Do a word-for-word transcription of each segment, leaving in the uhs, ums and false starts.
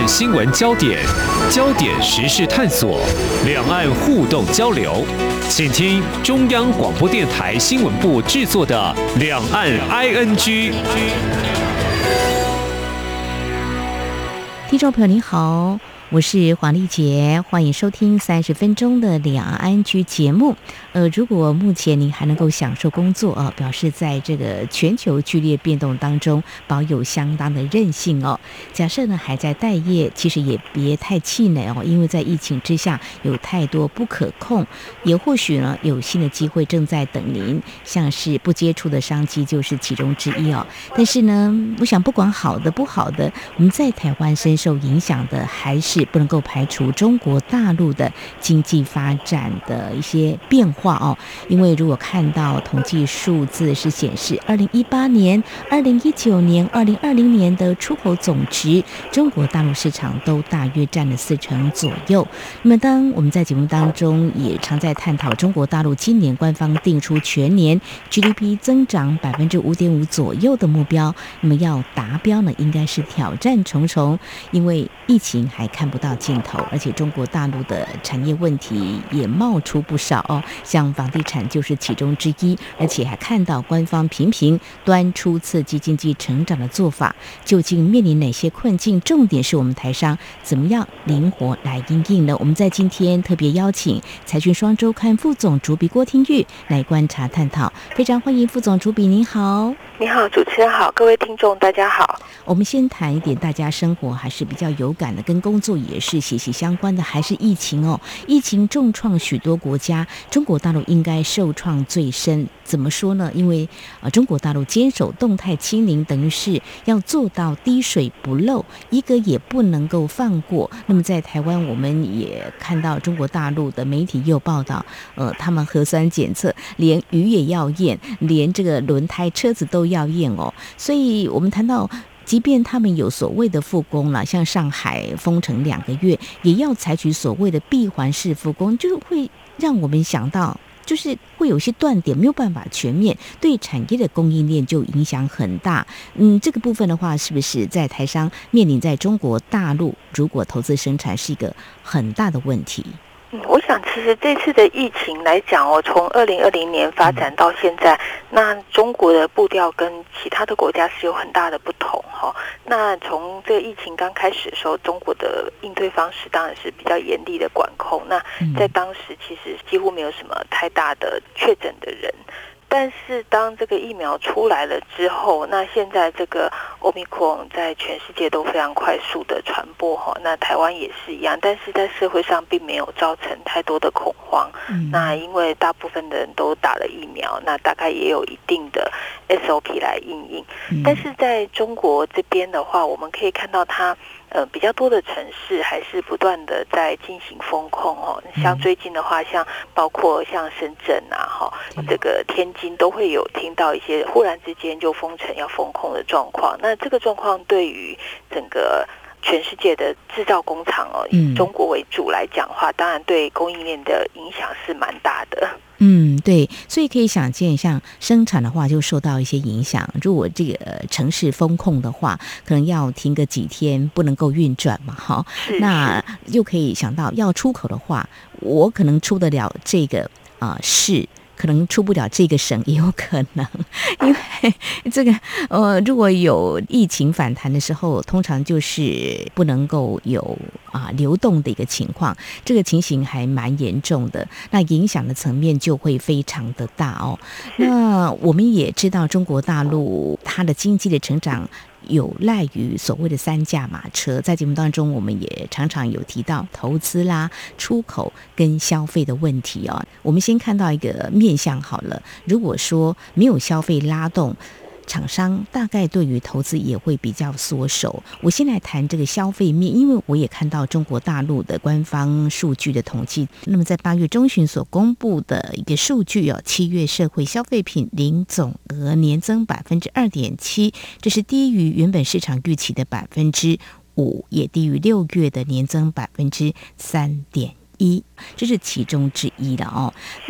岸新闻焦点、焦点时事探索、两岸互动交流，请听中央广播电台新闻部制作的《两岸 I N G》。 听众朋友您好，我是黄丽杰，欢迎收听三十分钟的两岸 I N G 节目。呃，如果目前您还能够享受工作啊，表示在这个全球剧烈变动当中保有相当的韧性哦。假设呢还在待业，其实也别太气馁哦，因为在疫情之下有太多不可控，也或许呢有新的机会正在等您，像是不接触的商机就是其中之一哦。但是呢，我想不管好的不好的，我们在台湾深受影响的还是不能够排除中国大陆的经济发展的一些变化哦。因为如果看到统计数字是显示，二零一八年、二零一九年、二零二零年的出口总值，中国大陆市场都大约占了四成左右。那么，当我们在节目当中也常在探讨中国大陆今年官方定出全年 G D P 增长百分之五点五左右的目标，那么要达标呢，应该是挑战重重，因为疫情还看不到尽头，而且中国大陆的产业问题也冒出不少哦，像房地产就是其中之一，而且还看到官方频频端出刺激经济成长的做法，究竟面临哪些困境？重点是我们台商怎么样灵活来因应呢？我们在今天特别邀请财讯双周刊副总主笔郭听玉来观察探讨，非常欢迎副总主笔，您好。 你好，主持人好，各位听众大家好。 我们先谈一点大家生活还是比较有感的，跟工作也是息息相关的，还是疫情哦。疫情重创许多国家，中国大陆应该受创最深。怎么说呢？因为呃，中国大陆坚守动态清零，等于是要做到滴水不漏，一个也不能够放过。那么在台湾，我们也看到中国大陆的媒体也有报道，呃，他们核酸检测，连鱼也要验，连这个轮胎、车子都要验哦。所以我们谈到，即便他们有所谓的复工了，像上海封城两个月，也要采取所谓的闭环式复工，就会让我们想到，就是会有些断点没有办法全面，对产业的供应链就影响很大。嗯，这个部分的话，是不是在台商面临在中国大陆如果投资生产是一个很大的问题？ 嗯，我想其实这次的疫情来讲哦，从二零二零年发展到现在，嗯、那中国的步调跟其他的国家是有很大的不同哈、哦。那从这个疫情刚开始的时候，中国的应对方式当然是比较严厉的管控。那在当时其实几乎没有什么太大的确诊的人。但是当这个疫苗出来了之后，那现在这个 Omicron 在全世界都非常快速的传播哈，那台湾也是一样，但是在社会上并没有造成太多的恐慌。嗯、那因为大部分的人都打了疫苗，那大概也有一定的 S O P 来因应。嗯、但是在中国这边的话，我们可以看到它。呃，比较多的城市还是不断的在进行封控哦。像最近的话，像包括像深圳啊，哈，这个天津都会有听到一些忽然之间就封城要封控的状况。那这个状况对于整个全世界的制造工厂哦，以中国为主来讲的话，当然对供应链的影响是蛮大的。 嗯，对，所以可以想见，像生产的话就受到一些影响。如果这个、呃、城市封控的话，可能要停个几天，不能够运转嘛，哈。那又可以想到，要出口的话，我可能出得了这个啊、呃、市。可能出不了这个省也有可能，因为这个呃，如果有疫情反弹的时候，通常就是不能够有啊流动的一个情况，这个情形还蛮严重的，那影响的层面就会非常的大哦。那我们也知道，中国大陆它的经济的成长有赖于所谓的三驾马车，在节目当中我们也常常有提到投资啦、出口跟消费的问题哦。我们先看到一个面向好了，如果说没有消费拉动，厂商大概对于投资也会比较缩手。我先来谈这个消费面，因为我也看到中国大陆的官方数据的统计，那么在八月中旬所公布的一个数据哦，七月社会消费品零总额年增百分之二点七，这是低于原本市场预期的百分之五，也低于六月的年增百分之三点一，这是其中之一了哦。那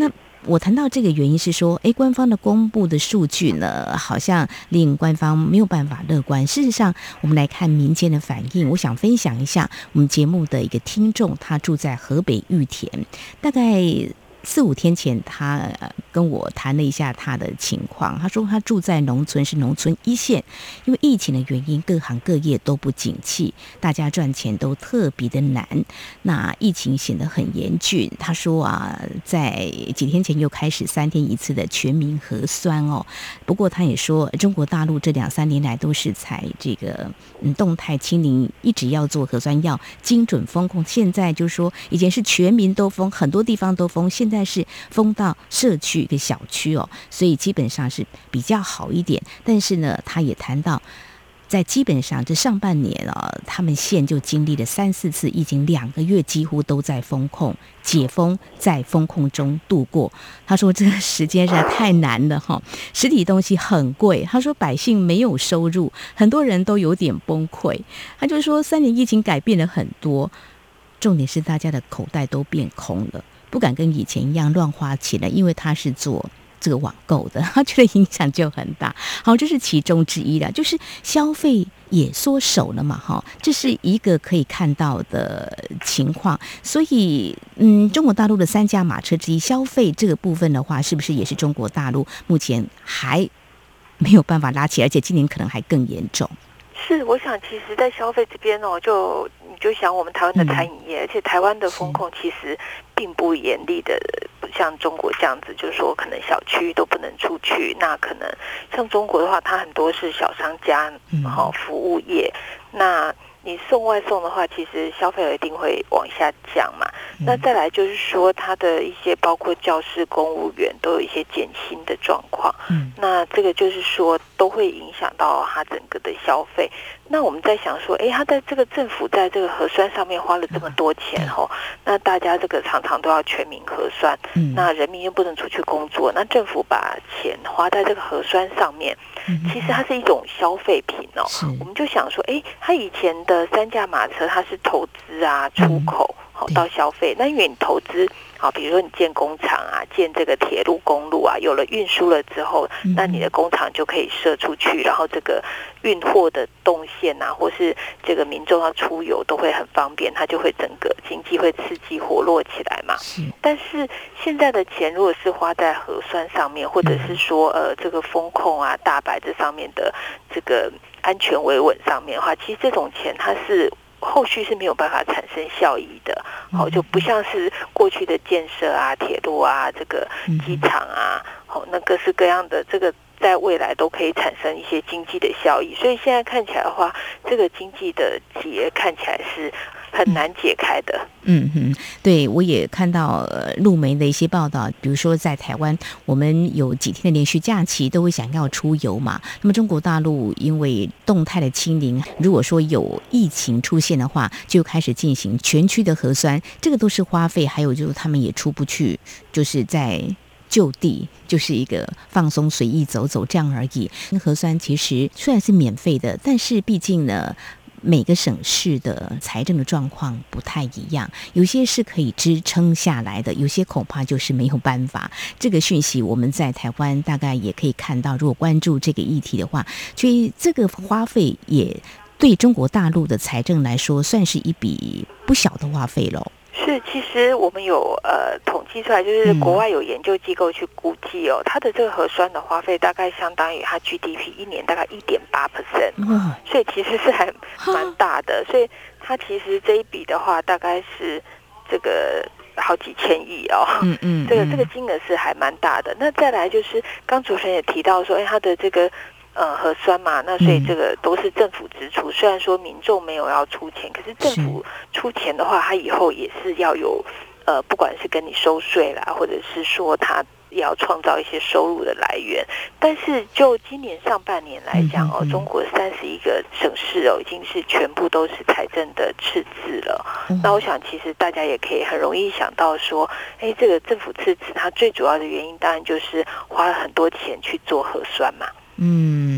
我谈到这个原因是说，哎，官方的公布的数据呢，好像令官方没有办法乐观。事实上，我们来看民间的反应，我想分享一下我们节目的一个听众，他住在河北玉田，大概四五天前，他跟我谈了一下他的情况。他说他住在农村，是农村一线，因为疫情的原因，各行各业都不景气，大家赚钱都特别的难。那疫情显得很严峻。他说啊，在几天前又开始三天一次的全民核酸哦。不过他也说，中国大陆这两三年来都是采这个嗯动态清零，一直要做核酸，要精准封控。现在就是说，以前是全民都封，很多地方都封，现在是封到社区一个小区哦，所以基本上是比较好一点。但是呢，他也谈到，在基本上这上半年啊、哦，他们县就经历了三四次疫情，两个月几乎都在封控、解封，在封控中度过。他说这个时间实在太难了哈，实体东西很贵。他说百姓没有收入，很多人都有点崩溃。他就说三年疫情改变了很多，重点是大家的口袋都变空了。不敢跟以前一样乱花钱了，因为他是做这个网购的，他觉得影响就很大。好，这是其中之一了，就是消费也缩手了嘛，哈，这是一个可以看到的情况。所以，嗯，中国大陆的三驾马车之一，消费这个部分的话，是不是也是中国大陆目前还没有办法拉起来，而且今年可能还更严重？ 是，我想其实在消费这边哦，就你就想我们台湾的餐饮业，嗯、而且台湾的风控其实并不严厉的，不像中国这样子，就是说可能小区都不能出去。那可能像中国的话，它很多是小商家，然后服务业，那你送外送的话，其实消费额一定会往下降嘛。那再来就是说，它的一些包括教师、公务员都有一些减薪的状况。嗯，那这个就是说都会影响到它整个的消费。那我们在想说，哎，他在这个政府在这个核酸上面花了这么多钱哦，那大家这个常常都要全民核酸，嗯、那人民又不能出去工作，那政府把钱花在这个核酸上面，嗯、其实它是一种消费品哦。我们就想说，哎，他以前的三驾马车，它是投资啊、出口。嗯好到消费，那因为你投资好，比如说你建工厂啊，建这个铁路、公路啊，有了运输了之后，那你的工厂就可以射出去，然后这个运货的动线啊，或是这个民众要出游都会很方便，它就会整个经济会刺激活络起来嘛。但是现在的钱如果是花在核酸上面，或者是说呃这个风控啊、大白这上面的这个安全维稳上面的话，其实这种钱它是。后续是没有办法产生效益的，好、哦、就不像是过去的建设啊、铁路啊、这个机场啊，好、哦、那各式各样的这个在未来都可以产生一些经济的效益。所以现在看起来的话，这个经济的结看起来是很难解开的。 嗯哼，对，我也看到呃路媒的一些报道，比如说在台湾，我们有几天的连续假期都会想要出游嘛。那么中国大陆因为动态的清零，如果说有疫情出现的话，就开始进行全区的核酸，这个都是花费，还有就是他们也出不去，就是在。就地就是一个放松随意走走这样而已。核酸其实虽然是免费的，但是毕竟呢每个省市的财政的状况不太一样，有些是可以支撑下来的，有些恐怕就是没有办法。这个讯息我们在台湾大概也可以看到，如果关注这个议题的话，所以这个花费也对中国大陆的财政来说算是一笔不小的花费咯。 是，其实我们有呃统计出来，就是国外有研究机构去估计哦，它的这个核酸的花费大概相当于它 G D P 一年大概一点八 percent， 所以其实是还蛮大的。所以它其实这一笔的话，大概是这个好几千亿哦，嗯嗯，这个这个金额是还蛮大的。那再来就是刚主持人也提到说，哎，它的这个。呃，核酸嘛，那所以这个都是政府支出。虽然说民众没有要出钱，可是政府出钱的话，他以后也是要有，呃，不管是跟你收税啦，或者是说他要创造一些收入的来源。但是就今年上半年来讲哦，中国三十一个省市哦，已经是全部都是财政的赤字了。那我想，其实大家也可以很容易想到说，哎，这个政府赤字，它最主要的原因当然就是花了很多钱去做核酸嘛。 嗯，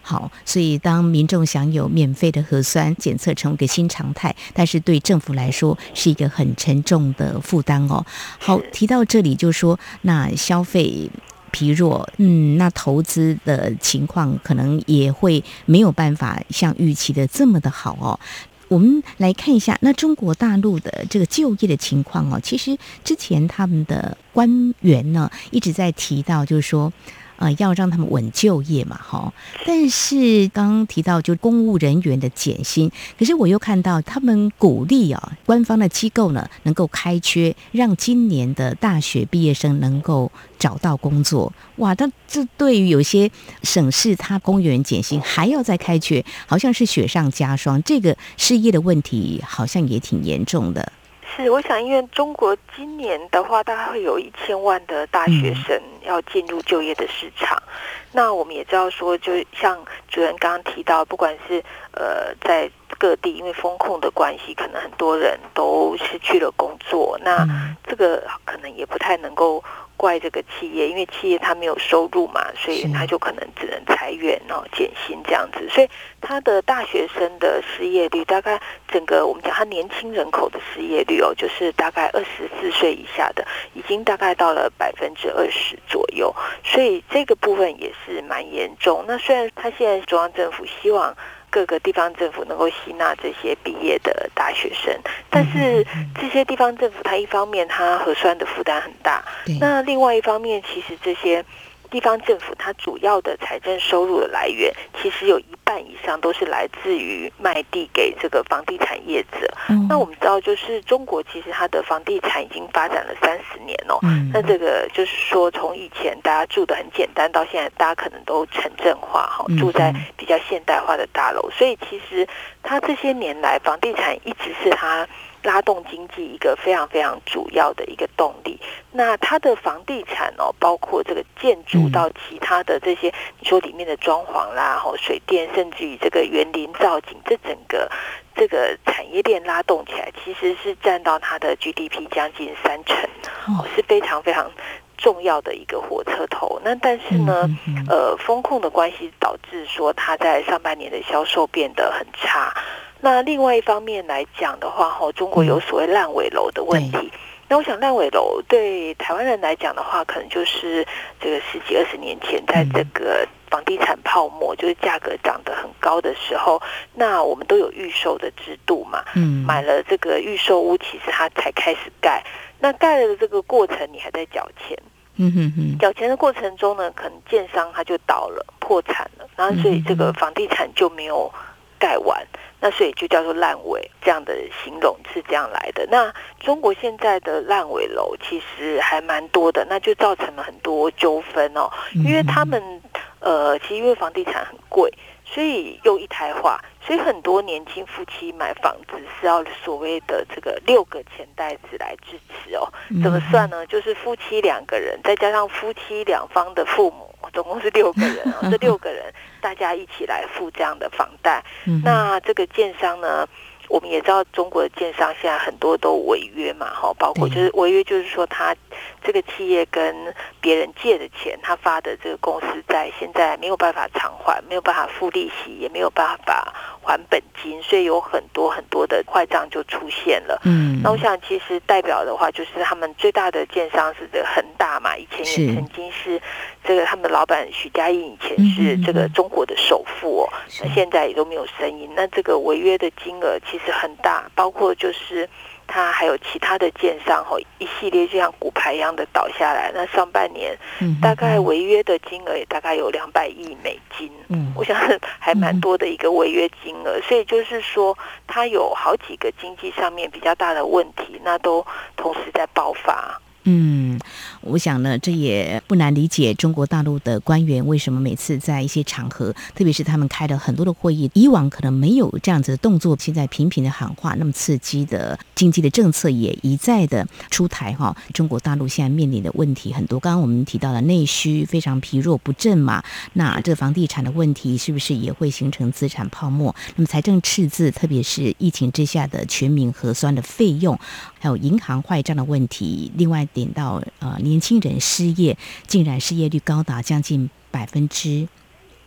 好，所以当民众享有免费的核酸检测成为一个新常态，但是对政府来说是一个很沉重的负担哦。好，提到这里就说那消费疲弱，嗯，那投资的情况可能也会没有办法像预期的这么的好哦。我们来看一下，那中国大陆的这个就业的情况哦，其实之前他们的官员呢一直在提到，就是说。呃，要让他们稳就业嘛，哈。但是刚刚提到就公务人员的减薪，可是我又看到他们鼓励啊，官方的机构呢能够开缺，让今年的大学毕业生能够找到工作。哇，那这对于有些省市，他公务员减薪还要再开缺，好像是雪上加霜。这个失业的问题好像也挺严重的。 是，我想因为中国今年的话，大概会有一千万的大学生要进入就业的市场。嗯、那我们也知道说，就像主任刚刚提到，不管是呃在各地因为风控的关系，可能很多人都失去了工作。那这个可能也不太能够怪这个企业，因为企业它没有收入嘛，所以它就可能只能裁员然后减薪这样子。所以它的大学生的失业率，大概整个我们讲它年轻人口的失业率哦，就是大概二十四岁以下的，已经大概到了百分之二十左右。所以这个部分也是蛮严重。那虽然它现在中央政府希望各个地方政府能够吸纳这些毕业的大学生，但是这些地方政府它一方面它核酸的负担很大，那另外一方面其实这些地方政府它主要的财政收入的来源，其实有一半以上都是来自于卖地给这个房地产业者。嗯、那我们知道，就是中国其实它的房地产已经发展了三十年哦。嗯、那这个就是说，从以前大家住的很简单，到现在大家可能都城镇化哈，住在比较现代化的大楼。所以其实它这些年来，房地产一直是它拉动经济一个非常非常主要的一个动力。那它的房地产哦，包括这个建筑到其他的这些，你说里面的装潢啦、水电，甚至于这个园林造景，这整个这个产业链拉动起来，其实是占到它的 G D P 将近三成，哦，是非常非常重要的一个火车头。那但是呢，呃，风控的关系导致说它在上半年的销售变得很差。那另外一方面来讲的话，中国有所谓烂尾楼的问题。嗯、那我想烂尾楼对台湾人来讲的话，可能就是这个十几二十年前，在这个房地产泡沫，就是价格涨得很高的时候，那我们都有预售的制度嘛。嗯，买了这个预售屋，其实它才开始盖。那盖了的这个过程，你还在缴钱。嗯哼哼，缴钱的过程中呢，可能建商他就倒了，破产了，然后所以这个房地产就没有盖完。那所以就叫做烂尾，这样的形容是这样来的。那中国现在的烂尾楼其实还蛮多的，那就造成了很多纠纷哦。因为他们呃，其实因为房地产很贵，所以又一胎化，所以很多年轻夫妻买房子是要所谓的这个六个钱袋子来支持哦。怎么算呢？就是夫妻两个人，再加上夫妻两方的父母。总共是六个人哦，这六个人大家一起来付这样的房贷。嗯、那这个建商呢，我们也知道中国的建商现在很多都违约嘛，哈，包括就是违约，就是说他这个企业跟别人借的钱，他发的这个公司债现在没有办法偿还，没有办法付利息，也没有办法还本金，所以有很多很多的坏账就出现了。嗯，那我想其实代表的话，就是他们最大的建商是这个恒大嘛，以前也曾经是这个他们的老板许家印以前是这个中国的首富哦，那现在也都没有声音。那这个违约的金额其实很大，包括就是他还有其他的建商哦，一系列就像骨牌一样的倒下来。那上半年大概违约的金额也大概有两百亿美金，嗯，我想还蛮多的一个违约金额。所以就是说，它有好几个经济上面比较大的问题，那都同时在爆发。 嗯，我想呢，这也不难理解中国大陆的官员为什么每次在一些场合，特别是他们开了很多的会议，以往可能没有这样子的动作，现在频频的喊话，那么刺激的经济的政策也一再的出台哈。中国大陆现在面临的问题很多，刚刚我们提到了内需非常疲弱不振嘛，那这房地产的问题是不是也会形成资产泡沫？那么财政赤字，特别是疫情之下的全民核酸的费用，还有银行坏账的问题，另外点到呃年轻人失业，竟然失业率高达将近百分之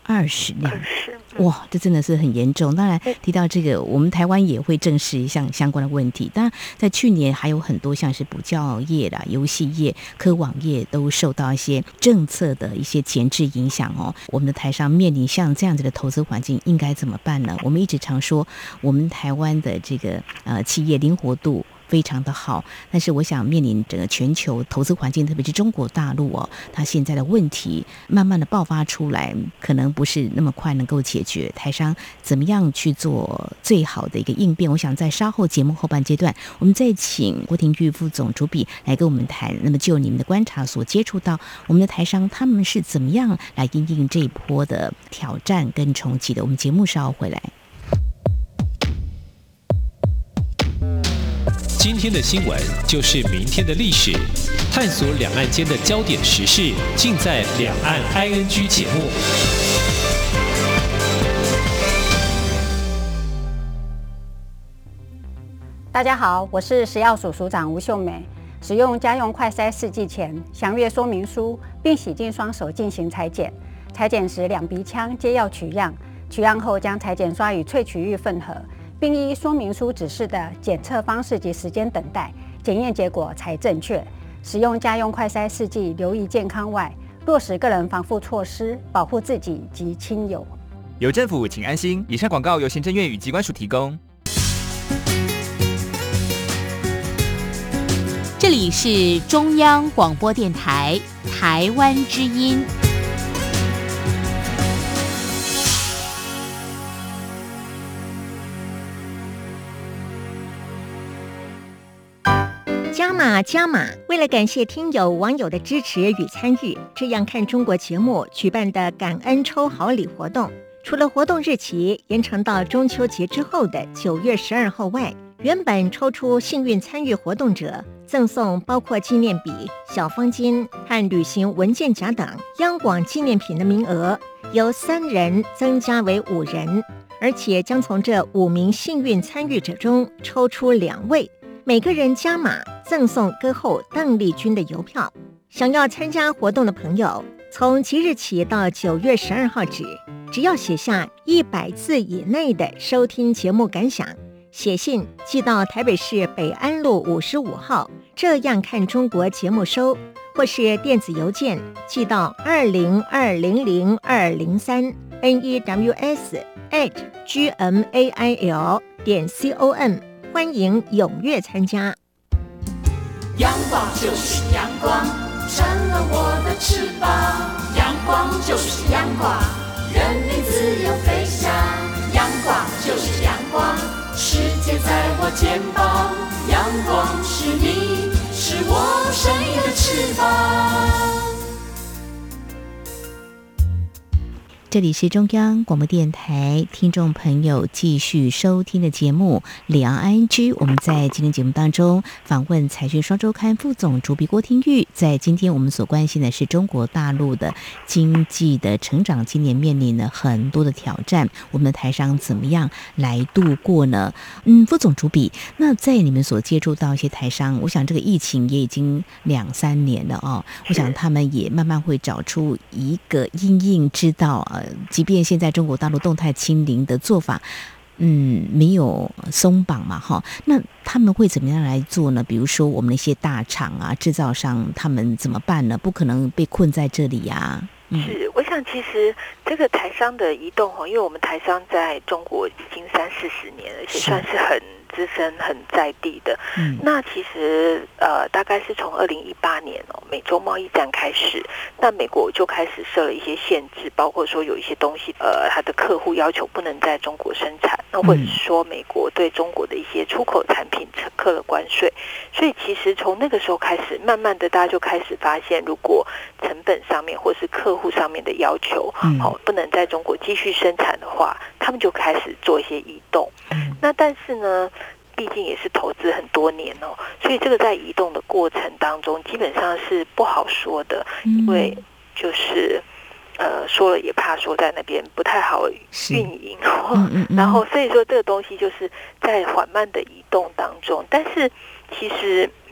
二十辆， 嗯、 哇，这真的是很严重。当然提到这个，我们台湾也会正视像相关的问题。当然，在去年还有很多像是补教业啦、游戏业、科网业都受到一些政策的一些前置影响哦。我们的台商面临像这样子的投资环境，应该怎么办呢？我们一直常说，我们台湾的这个呃企业灵活度非常的好，但是我想面临整个全球投资环境，特别是中国大陆哦，它现在的问题慢慢的爆发出来，可能不是那么快能够解决。台商怎么样去做最好的一个应变？我想在稍后节目后半阶段，我们再请郭廷玉副总主笔来跟我们谈。那么就你们的观察所接触到，我们的台商他们是怎么样来因应这一波的挑战跟冲击的？我们节目稍后回来。 今天的新闻就是明天的历史，探索两岸间的焦点时事，尽在《两岸 I N G》节目。 大家好，我是食药署署长吴秀美。使用家用快筛试剂前，详阅说明书，并洗净双手进行采检。采检时，两鼻腔皆要取样，取样后将采检刷与萃取液混合，并依说明书指示的检测方式及时间等待，检验结果才正确。使用家用快筛试剂留意健康外，落实个人防护措施，保护自己及亲友。 有政府，请安心。以上广告由行政院与疾管署提供。 这里是中央广播电台台湾之音。 加码加码！为了感谢听友网友的支持与参与，这样看中国节目举办的感恩抽好礼活动，除了活动日期延长到中秋节之后的九月十二号外，原本抽出幸运参与活动者赠送包括纪念笔、小方巾和旅行文件夹等央广纪念品的名额，由三人增加为五人，而且将从这五名幸运参与者中抽出两位，每个人加码赠送歌后邓丽君的邮票。想要参加活动的朋友，从即日起到九月十二号止，只要写下一百字以内的收听节目感想，写信寄到台北市北安路五十五号这样看中国节目收，或是电子邮件寄到二零二零零二零三 news at gmail 点 com， 欢迎踊跃参加。 阳光就是阳光，成了我的翅膀。阳光就是阳光，人民自由飞翔。阳光就是阳光，世界在我肩膀。阳光是你，是我生命的翅膀。 这里是中央广播电台听众朋友继续收听的节目两岸 I N G。 我们在今天节目当中访问财讯双周刊副总主笔郭廷玉。在今天我们所关心的是中国大陆的经济的成长，今年面临了很多的挑战，我们的台商怎么样来度过呢？嗯，副总主笔，那在你们所接触到一些台商，我想这个疫情也已经两三年了哦，我想他们也慢慢会找出一个因应之道啊。即便现在中国大陆动态清零的做法，嗯，没有松绑嘛，哈，那他们会怎么样来做呢？比如说我们那些大厂啊、制造商，他们怎么办呢？不可能被困在这里呀、啊。嗯、 是，我想其实这个台商的移动哈，因为我们台商在中国已经三四十年了，而且算是很资深、很在地的。嗯，那其实呃，大概是从二零一八年哦，美洲贸易战开始，那美国就开始设了一些限制，包括说有一些东西，呃，他的客户要求不能在中国生产，那或者是说美国对中国的一些出口产品课了关税，所以其实从那个时候开始，慢慢的大家就开始发现，如果成本上面或是客户上面的要求，嗯，哦，不能在中国继续生产的话，他们就开始做一些移动。嗯，那但是呢，毕竟也是投资很多年哦，所以这个在移动的过程当中，基本上是不好说的，嗯，因为就是呃说了也怕说在那边不太好运营，嗯嗯嗯，然后所以说这个东西就是在缓慢的移动当中，但是其实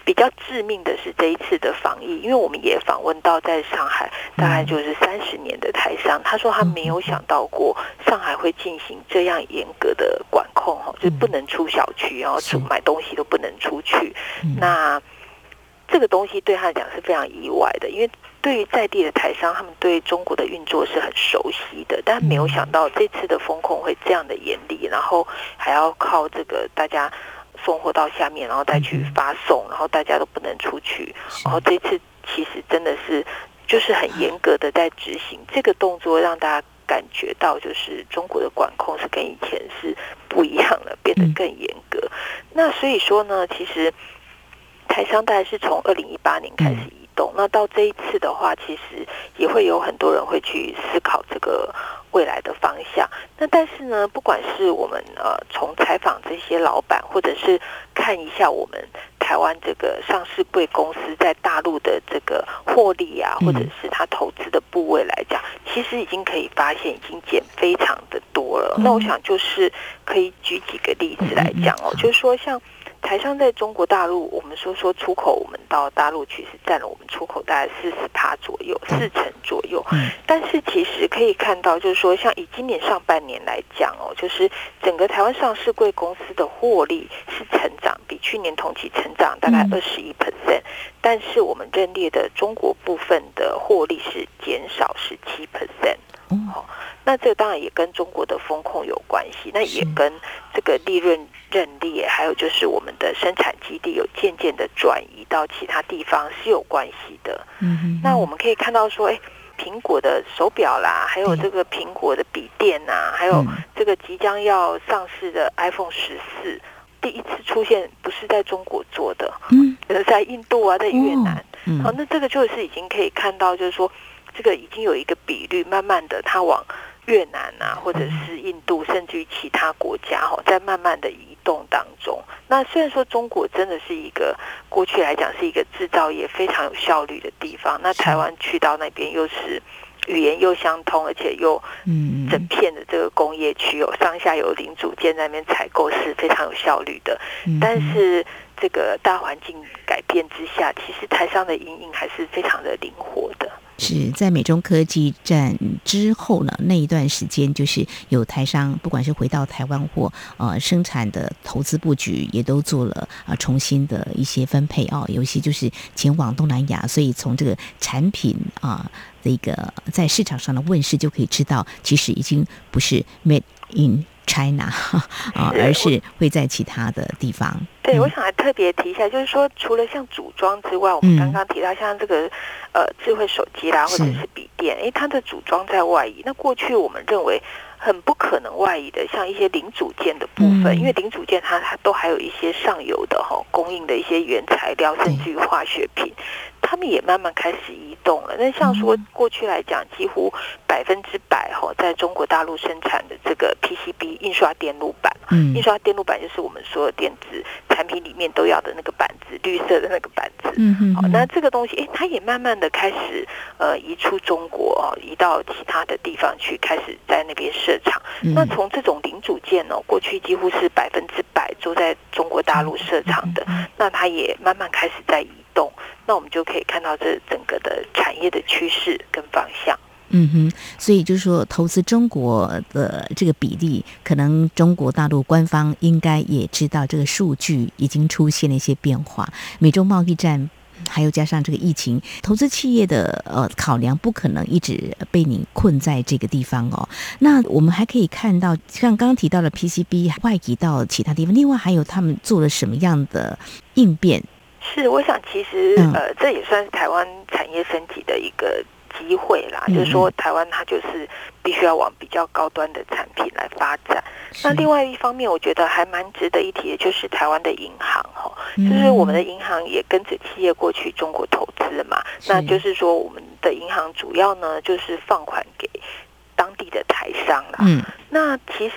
比较致命的是这一次的防疫，因为我们也访问到在上海大概就是三十年的台商，他说他没有想到过上海会进行这样严格的管控，就是不能出小区，然后出买东西都不能出去。那这个东西对他来讲是非常意外的，因为对于在地的台商，他们对中国的运作是很熟悉的，但没有想到这次的风控会这样的严厉，然后还要靠这个大家送货到下面，然后再去发送，然后大家都不能出去，然后这次其实真的是就是很严格的在执行这个动作，让大家感觉到就是中国的管控是跟以前是不一样了，变得更严格。那所以说呢，其实台商大概是从二零一八年开始移动，那到这一次的话，其实也会有很多人会去思考这个未来的方向。那但是呢，不管是我们呃从采访这些老板，或者是看一下我们台湾这个上市柜公司在大陆的这个获利啊，或者是他投资的部位来讲，其实已经可以发现已经减非常的多了。那我想就是可以举几个例子来讲哦，就是说像台商在中国大陆，我们说说出口，我们到大陆去是占了我们出口大概四十趴左右，四成左右。但是其实可以看到，就是说，像以今年上半年来讲哦，就是整个台湾上市柜公司的获利是成长，比去年同期成长大概二十一 percent， 但是我们认列的中国部分的获利是减少十七 percent。哦，那这个当然也跟中国的风控有关系，那也跟这个利润认列，还有就是我们的生产基地有渐渐的转移到其他地方是有关系的。嗯，那我们可以看到说，哎，苹果的手表啦，还有这个苹果的笔电啊，还有这个即将要上市的 iPhone 十四，第一次出现不是在中国做的，嗯，而是在印度啊，在越南。嗯，好，那这个就是已经可以看到，就是说。这个已经有一个比率，慢慢的它往越南啊，或者是印度，甚至于其他国家哈，在慢慢的移动当中。那虽然说中国真的是一个过去来讲是一个制造业非常有效率的地方，那台湾去到那边又是语言又相通，而且又整片的这个工业区有上下游零组件在那边采购是非常有效率的，但是这个大环境改变之下，其实台商的因应还是非常的灵活的。 是在美中科技战之后呢，那一段时间就是有台商不管是回到台湾或呃生产的投资布局也都做了啊、呃、重新的一些分配哦，有一些就是前往东南亚，所以从这个产品啊这、呃、个在市场上的问世就可以知道，其实已经不是 made in China 啊，而是会在其他的地方。 对，我想来特别提一下，就是说，除了像组装之外，我们刚刚提到像这个呃智慧手机啦，或者是笔电，哎，它的组装在外移。那过去我们认为很不可能外移的，像一些零组件的部分，嗯、因为零组件它它都还有一些上游的哈、哦、供应的一些原材料，甚至于化学品，他们也慢慢开始移动了。那像说过去来讲，几乎百分之百哈，在中国大陆生产的这个 P C B 印刷电路板，嗯，印刷电路板就是我们所有电子产品里面都要的那个板子，绿色的那个板子。嗯嗯。好，那这个东西，哎，它也慢慢的开始呃移出中国哦，移到其他的地方去，开始在那边设厂。嗯、那从这种零组件哦，过去几乎是百分之百都在中国大陆设厂的，嗯、那它也慢慢开始在移动。那我们就可以看到这整个的产业的趋势跟方向。 嗯哼，所以就是说，投资中国的这个比例，可能中国大陆官方应该也知道，这个数据已经出现了一些变化。美中贸易战，还有加上这个疫情，投资企业的呃考量不可能一直被你困在这个地方哦。那我们还可以看到，像刚刚提到的 P C B 外移到其他地方，另外还有他们做了什么样的应变？ 是，我想其实呃，这也算是台湾产业升级的一个机会啦，就是说台湾它就是必须要往比较高端的产品来发展。那另外一方面，我觉得还蛮值得一提的，就是台湾的银行哈，就是我们的银行也跟着企业过去中国投资嘛，那就是说我们的银行主要呢就是放款给当地的台商啦。嗯，那其实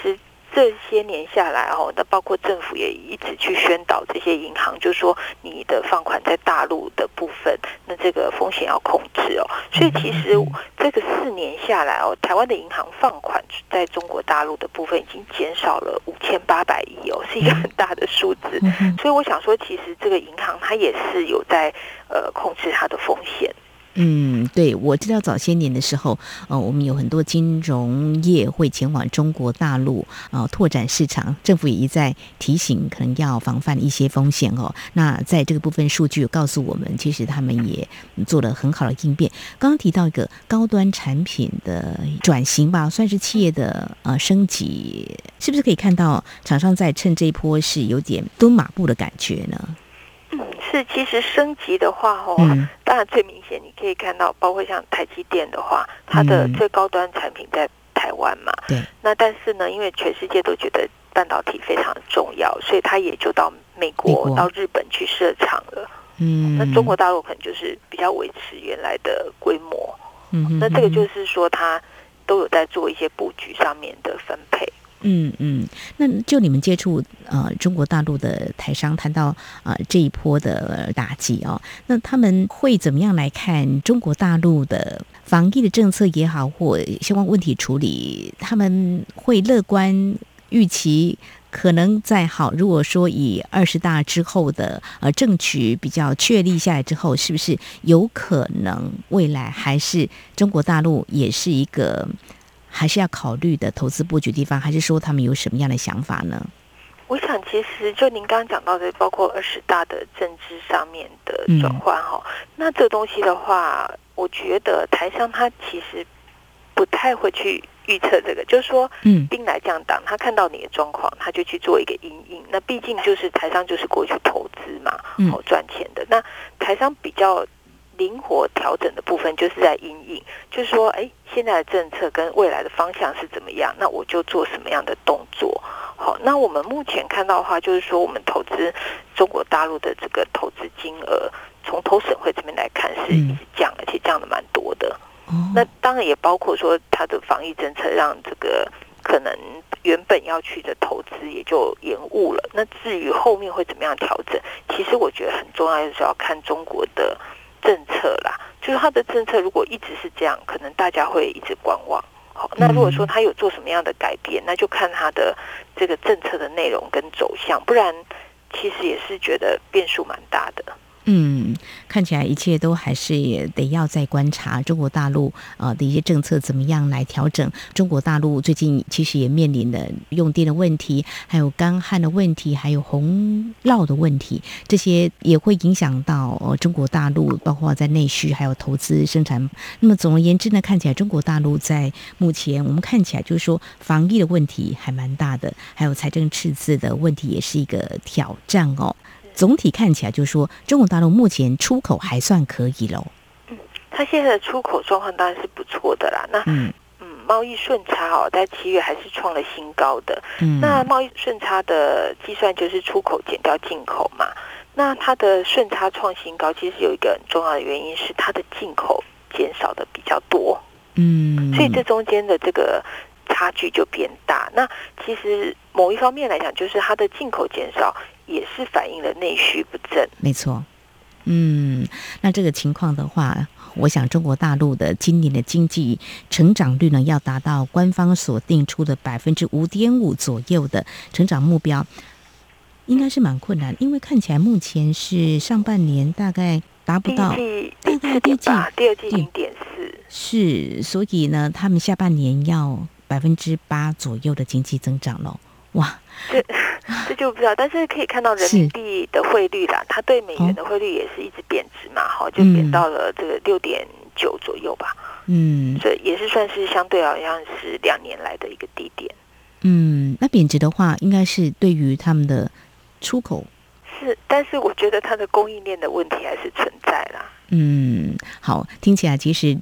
这些年下来哦，那包括政府也一直去宣导这些银行，就是说你的放款在大陆的部分，那这个风险要控制哦。所以其实这个四年下来哦，台湾的银行放款在中国大陆的部分已经减少了五千八百亿哦，是一个很大的数字。所以我想说，其实这个银行它也是有在呃控制它的风险。 嗯，对，我知道早些年的时候，呃，我们有很多金融业会前往中国大陆，呃，拓展市场，政府也一再提醒，可能要防范一些风险哦。那在这个部分，数据告诉我们，其实他们也做了很好的应变。刚刚提到一个高端产品的转型吧，算是企业的呃升级，是不是可以看到厂商在趁这一波是有点蹲马步的感觉呢？ 嗯，是，其实升级的话哦，嗯、当然最明显你可以看到，包括像台积电的话，它的最高端产品在台湾嘛。对、嗯。那但是呢，因为全世界都觉得半导体非常重要，所以它也就到美国、到日本去设厂了。嗯。那中国大陆可能就是比较维持原来的规模。嗯。那这个就是说，它都有在做一些布局上面的分配。 嗯嗯，那就你们接触呃中国大陆的台商，谈到呃这一波的打击哦，那他们会怎么样来看中国大陆的防疫的政策也好，或相关问题处理？他们会乐观预期可能再好。如果说以二十大之后的呃政局比较确立下来之后，是不是有可能未来还是中国大陆也是一个？还是要考虑的投资布局地方，还是说他们有什么样的想法呢？ 我想，其实就您刚刚讲到的，包括二十大的政治上面的转换哈、嗯，那这个东西的话，我觉得台商他其实不太会去预测这个，就是说，嗯，兵来将挡，他看到你的状况，他就去做一个因应。那毕竟就是台商就是过去投资嘛，嗯，哦，赚钱的。那台商比较灵活调整的部分就是在因应，就是说，哎，现在的政策跟未来的方向是怎么样，那我就做什么样的动作。好，那我们目前看到的话，就是说我们投资中国大陆的这个投资金额，从投审会这边来看是一直降，而且降的蛮多的。嗯、那当然也包括说它的防疫政策让这个可能原本要去的投资也就延误了。那至于后面会怎么样调整，其实我觉得很重要，就是要看中国的政策啦，就是他的政策如果一直是这样，可能大家会一直观望。好，那如果说他有做什么样的改变，那就看他的这个政策的内容跟走向，不然其实也是觉得变数蛮大的。 嗯，看起来一切都还是得要再观察中国大陆呃的一些政策怎么样来调整。中国大陆最近其实也面临了用电的问题，还有干旱的问题，还有洪涝的问题，这些也会影响到、呃、中国大陆，包括在内需还有投资生产。那么总而言之呢，看起来中国大陆在目前我们看起来就是说防疫的问题还蛮大的，还有财政赤字的问题也是一个挑战哦。总体看起来就是说中国大陆目前出口还算可以咯。 嗯，它现在的出口状况当然是不错的啦。那嗯嗯，贸易顺差哦，在七月还是创了新高的。嗯，那贸易顺差的计算就是出口减掉进口嘛。那它的顺差创新高，其实有一个很重要的原因是它的进口减少的比较多。嗯，所以这中间的这个差距就变大。那其实某一方面来讲，就是它的进口减少也是反映了内需不振。 没错。嗯，那这个情况的话，我想中国大陆的今年的经济成长率呢，要达到官方所定出的百分之五点五左右的成长目标，应该是蛮困难，因为看起来目前是上半年大概达不到， 大概第一季第二季零点四， 是，所以呢，他们下半年要百分之八左右的经济增长了。哇， 这这就不知道，但是可以看到人民币的汇率啦，它对美元的汇率也是一直贬值嘛，好、哦，就贬到了这个六点九左右吧。嗯，这也是算是相对好像是两年来的一个低点。 嗯，那贬值的话，应该是对于他们的出口是，但是我觉得它的供应链的问题还是存在啦。 嗯，好，听起来其实这个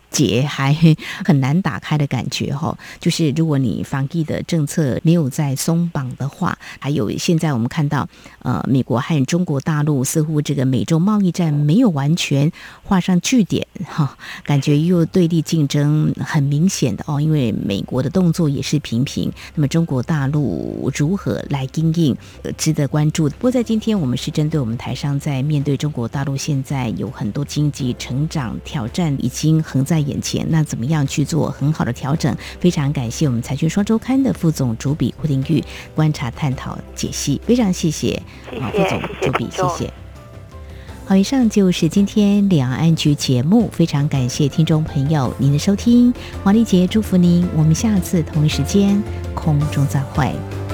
结还很难打开的感觉哈，就是如果你防疫的政策没有再松绑的话，还有现在我们看到呃，美国和中国大陆似乎这个美洲贸易战没有完全画上句点哈，感觉又对立竞争很明显的哦，因为美国的动作也是频频，那么中国大陆如何来因应，呃，值得关注。不过在今天我们是针对我们台商在面对中国大陆现在有很多经济成长挑战已经横在眼前，那怎么样去做很好的调整？非常感谢我们财讯双周刊的副总主笔胡廷玉观察探讨解析，非常谢谢啊，副总主笔，谢谢。好，以上就是今天两岸局节目，非常感谢听众朋友您的收听，黄丽杰祝福您，我们下次同一时间空中再会。